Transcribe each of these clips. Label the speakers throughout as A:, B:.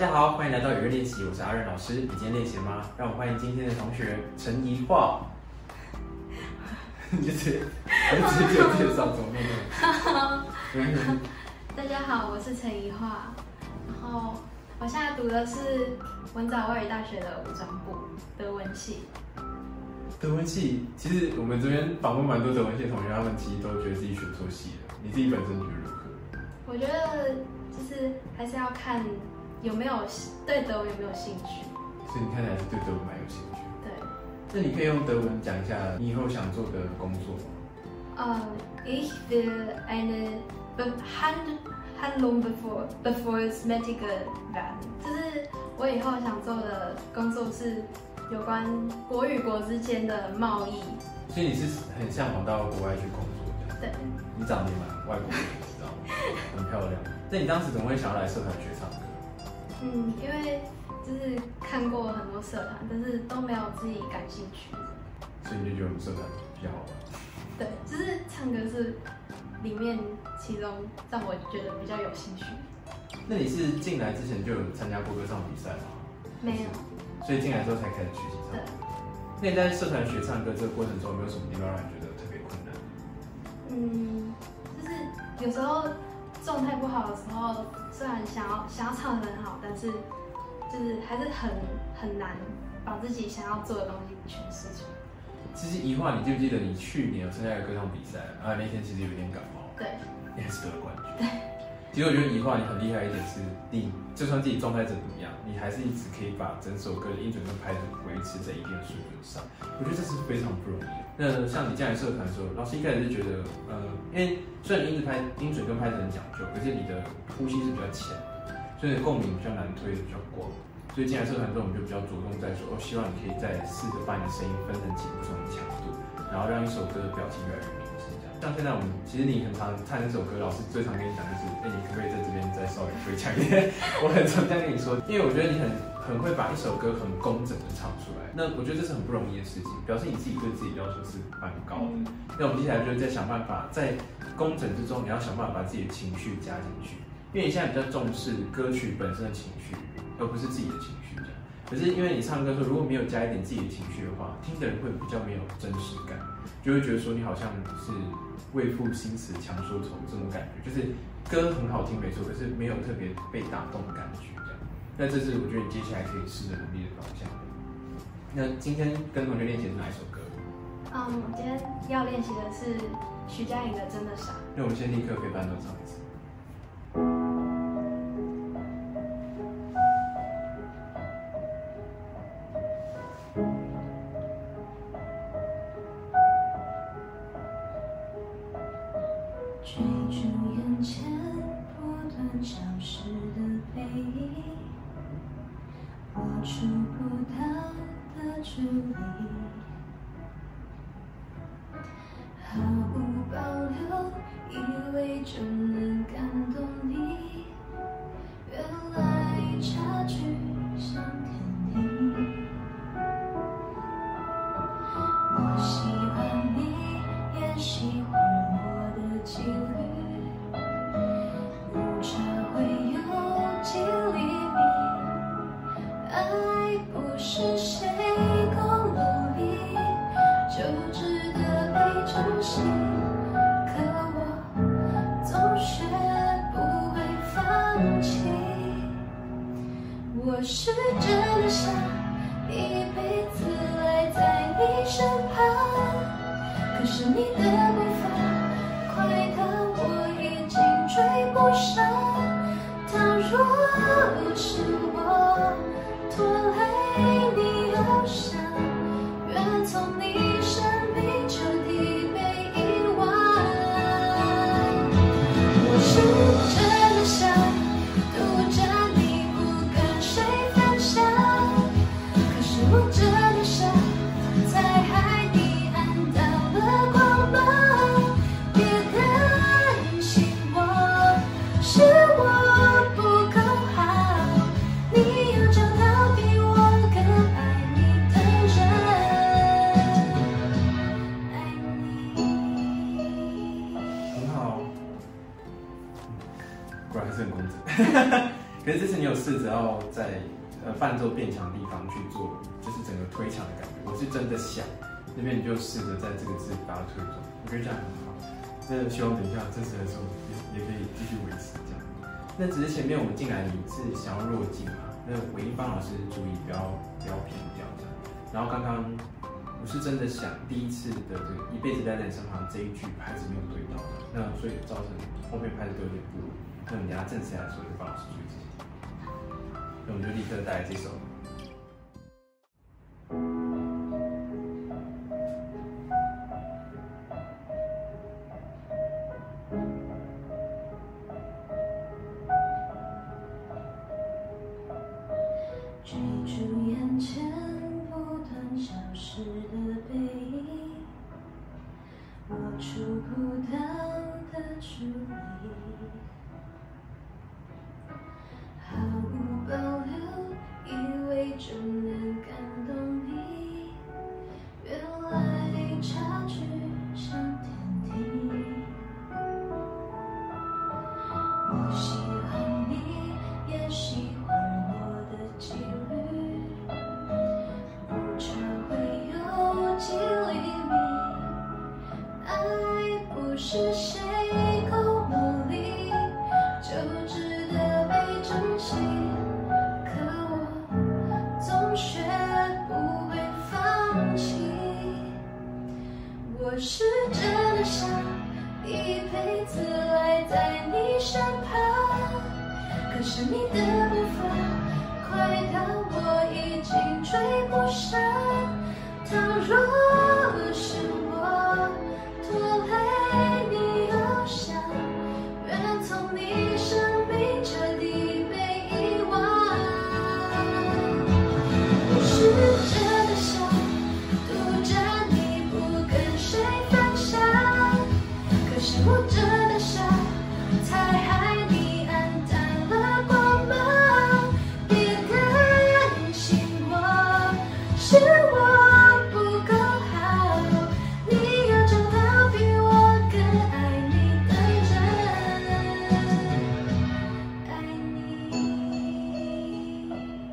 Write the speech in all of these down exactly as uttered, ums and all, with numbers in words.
A: 家好，欢迎来到语言练习，我是阿任老师。你今天练习了吗？让我们欢迎今天的同学陈怡桦。你就直接，我就直接介绍，怎么弄？
B: 大家好，我是陈怡桦，然后我现在读的是文藻外语大学的五专部德文系。
A: 德文系，其实我们这边访问蛮多德文系的同学，他们其实都觉得自己选错系了。你自己本身觉得如何？
B: 我觉得就是还是要看有没有对德文有没有兴趣。
A: 所以你看起来是对德文蛮有兴趣。
B: 对。
A: 那你可以用德文讲一下你以后想做的工作吗？
B: 呃、uh, ich will eine Hand Handlung bevor Bevor-Medical werden， 就是我以后想做的工作是有关国与国之间的贸易。
A: 所以你是很向往到国外去工作这样？
B: 对。
A: 你长得也蛮外国人，知道吗？很漂亮。那你当时怎么会想要来社团学唱歌？
B: 嗯，因为就是看过很多社团，但是都没有自己感兴趣。
A: 所以你就觉得我们社团比较好玩？
B: 对，就是唱歌是里面其中让我觉得比较有兴趣。
A: 那你是进来之前就有参加过歌唱比赛吗？
B: 没有。
A: 所以进来之后才开始学习唱歌。那你在社团学唱歌这个过程中，有没有什么地方让你觉得特别困难？
B: 嗯，就是有时候状态不好的时候，虽然想要想要唱得很好，但是就是还是很很难把自己想要做的东西诠释出来。
A: 其实怡桦，你记不记得你去年有参加一个歌唱比赛，然后那天其实有点感冒，
B: 对，
A: 你还是得了冠军。
B: 对。
A: 其实我觉得怡桦你很厉害一点是，你就算自己状态怎么样，你还是一直可以把整首歌的音准跟拍子维持在一定的水准上。我觉得这是非常不容易的。那像你进来社团的时候，老师一开始是觉得，呃，因为虽然你音准拍音准跟拍子很讲究，可是你的呼吸是比较浅的，所以你的共鸣比较难推的比较广。所以进来社团之后，我们就比较着重在说，哦，希望你可以再试着把你的声音分成几不同的强度，然后让一首歌的表情越来越明显。这样，像现在我们其实你很常唱那首歌，老师最常跟你讲就是，哎、欸，你可不可以在这边再稍微推强一点？我很常这样跟你说，因为我觉得你很很会把一首歌很工整的唱出来。那我觉得这是很不容易的事情，表示你自己对自己要求是蛮高的。嗯、那我们接下来就是在想办法，在工整之中，你要想办法把自己的情绪加进去，因为你现在比较重视歌曲本身的情绪，而不是自己的情绪这样。可是因为你唱歌的时候，如果没有加一点自己的情绪的话，听的人会比较没有真实感，就会觉得说你好像是为赋新词强说愁这种感觉，就是歌很好听没错，可是没有特别被打动的感觉这样。那这是我觉得你接下来可以试着努力的方向。那今天跟同学练习的是哪一首歌？
B: 嗯，我今天要练习的是徐佳莹的《真的傻》。
A: 那我们先立刻可以伴奏唱一次。
C: 追逐眼前不断消失的背影，我触不到的距离，毫无保留，以为就能感动你，原来差距像天地。我喜欢你，也喜欢我的几率，误差会有几厘米，爱不是谁够努力就值得被珍惜，可我总学不会放弃。我是真的想一辈子赖在你身旁，可是你的步伐快到我已经追不上。倘若不是我拖累你翱翔，愿从你生命彻底被遗忘。我是真的想独占你不跟谁分享，可是我真的想在海底按到了光芒。别担心我，是我不够好，你要找到比我更爱你的人，爱你。
A: 很好，果然是很工整。 可是这次你有试着要在呃伴奏变强的地方去做，就是整个推墙的感觉。我是真的想，那边你就试着在这个字把它推动，我觉得这样很好。那希望等一下真实的时候也也可以继续维持这样。那只是前面我们进来你是想要弱进嘛？那尾音帮老师注意不要不要偏掉这样。然后刚刚我是真的想第一次的这个一辈子待在你身旁这一句拍子没有对到，那所以造成后面拍子都有点不稳。那我们等一下正式来的时候就帮老师注意这些。那我们就立刻带来这首。
C: 追逐眼前不断消失的背影，我触不到的距离，毫无保留，以为就能感动你，原来差距像天地。我喜欢你，也喜欢我的几率，不差会有几厘米。爱不是谁够努力就值得被珍惜，可我总学不会放弃。我是真的想一辈子赖在你身旁，可是你的步伐快到我已经追不上。倘若是我拖累你翱翔，愿从你生命彻底被遗忘。我是真的想独占你不跟谁分享，可是我真的傻，才害你暗淡了光芒。别担心我，是我不够好，你要找到比我更爱你的人，爱你。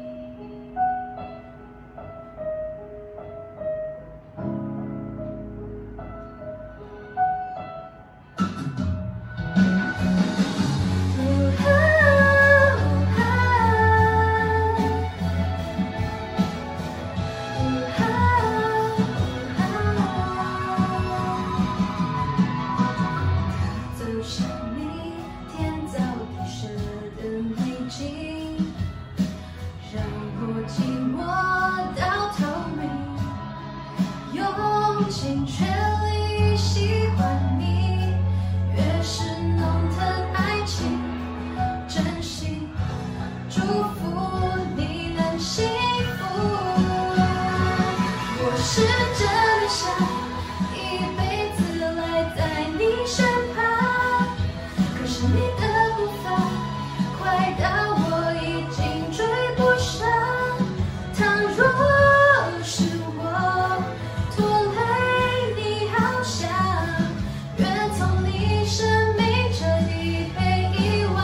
C: 走向你天造地设的美景，让我寂寞到透明，用尽全力喜欢你，越是浓疼爱情，真心祝福你能幸福。我是真的想一辈子赖在你身旁，可是你的步伐快到我已经追不上。倘若是我拖累你翱翔，愿从你生命彻底被遗忘。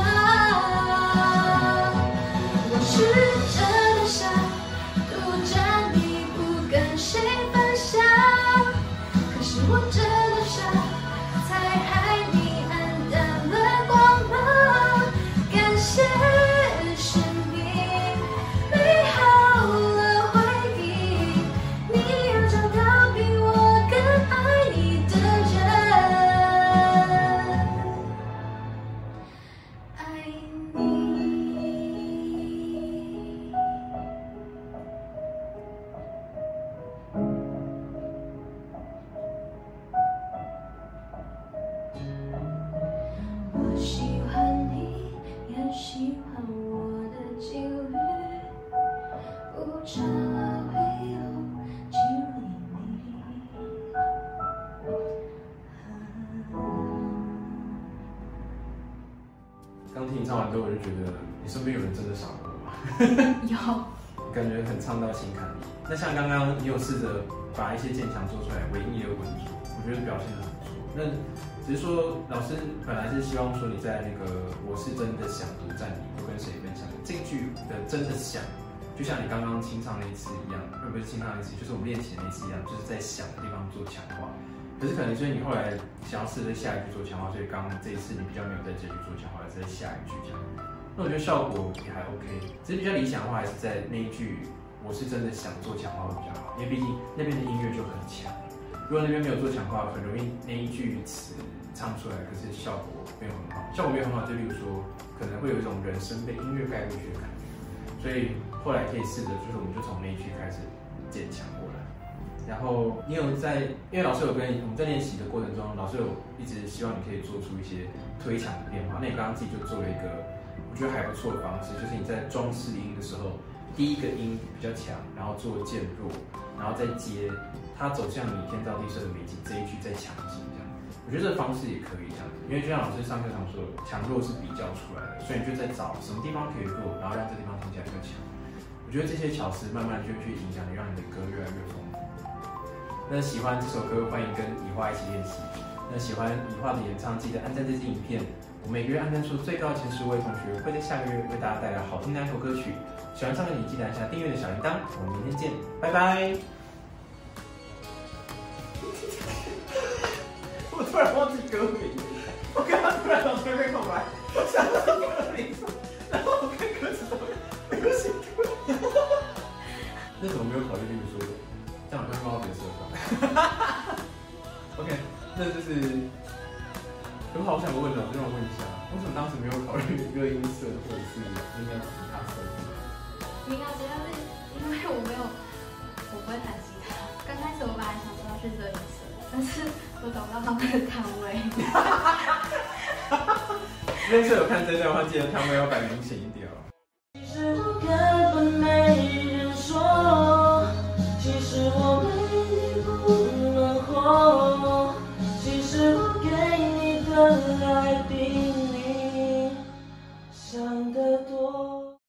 C: 我是真的想独占你不跟谁分享，可是我真的傻，才害你暗淡了光芒。感谢是你美好了回忆，你要找到比我更爱你的人，爱你。我喜欢你，也喜欢我的几率，不差会有几厘米。
A: 刚听你唱完之后，我就觉得你身边有人真的傻过吗？
B: 有，
A: 感觉很唱到心坎里。那像刚刚你有试着把一些渐强做出来，尾音也有稳住，我觉得表现得很不错。那只是说老师本来是希望说你在那个我是真的想独占你，不跟谁分享。这一句的真的想，就像你刚刚清唱那一次一样，而不是清唱那一次，就是我们练习的那一次一样，就是在想的地方做强化。可是可能就是你后来想要试着下一句做强化，所以刚刚这一次你比较没有在这句做强化，而是在下一句强化。那我觉得效果也还 OK， 只是比较理想的话还是在那一句我是真的想做强化会比较好，因为毕竟那边的音乐就很强。如果那边没有做强化，很容易那一句词唱出来，可是效果没有很好。效果没有很好，就例如说，可能会有一种人声被音乐盖过去的感觉。所以后来可以试着，就是我们就从那一句开始渐强过来。然后你有在，因为老师有跟我们在练习的过程中，老师有一直希望你可以做出一些推强的变化。那你刚刚自己就做了一个我觉得还不错的方式，就是你在装饰音的时候，第一个音比较强，然后做渐弱，然后再接它走向你天造地设的美景这一句再强劲这样。我觉得这个方式也可以这样子，因为就像老师上课常说，强弱是比较出来的，所以你就在找什么地方可以弱，然后让这地方听起来更强。我觉得这些巧思慢慢就会去影响你，让你的歌越来越丰富。那喜欢这首歌，欢迎跟以化一起练习。那喜欢以化的演唱，记得按赞这支影片。我每个月按赞数最高的前十位同学，会在下个月为大家带来好听的安可歌曲。喜欢唱歌的你，记得按下订阅的小铃铛。我们明天见，拜拜。我突然忘记歌名，我刚刚突然脑袋被空白，我想到歌名，然后我看歌词都没有写歌。那怎么没有考虑？例如说，这样好像放到别的社团。OK， 那就是，我好想问哦，就让我问一下，为什么当时没有考虑热音社或者是应该吉他社？
B: 民谣吉他是因为我没有，我不会弹吉他。刚开始我本来想说要去热音社，但是我找不到他们的摊位。热音社有看这段的话，记得摊位要摆明显一点哦。其实我根本没人说，其实我没你不能活，其实我给你的爱并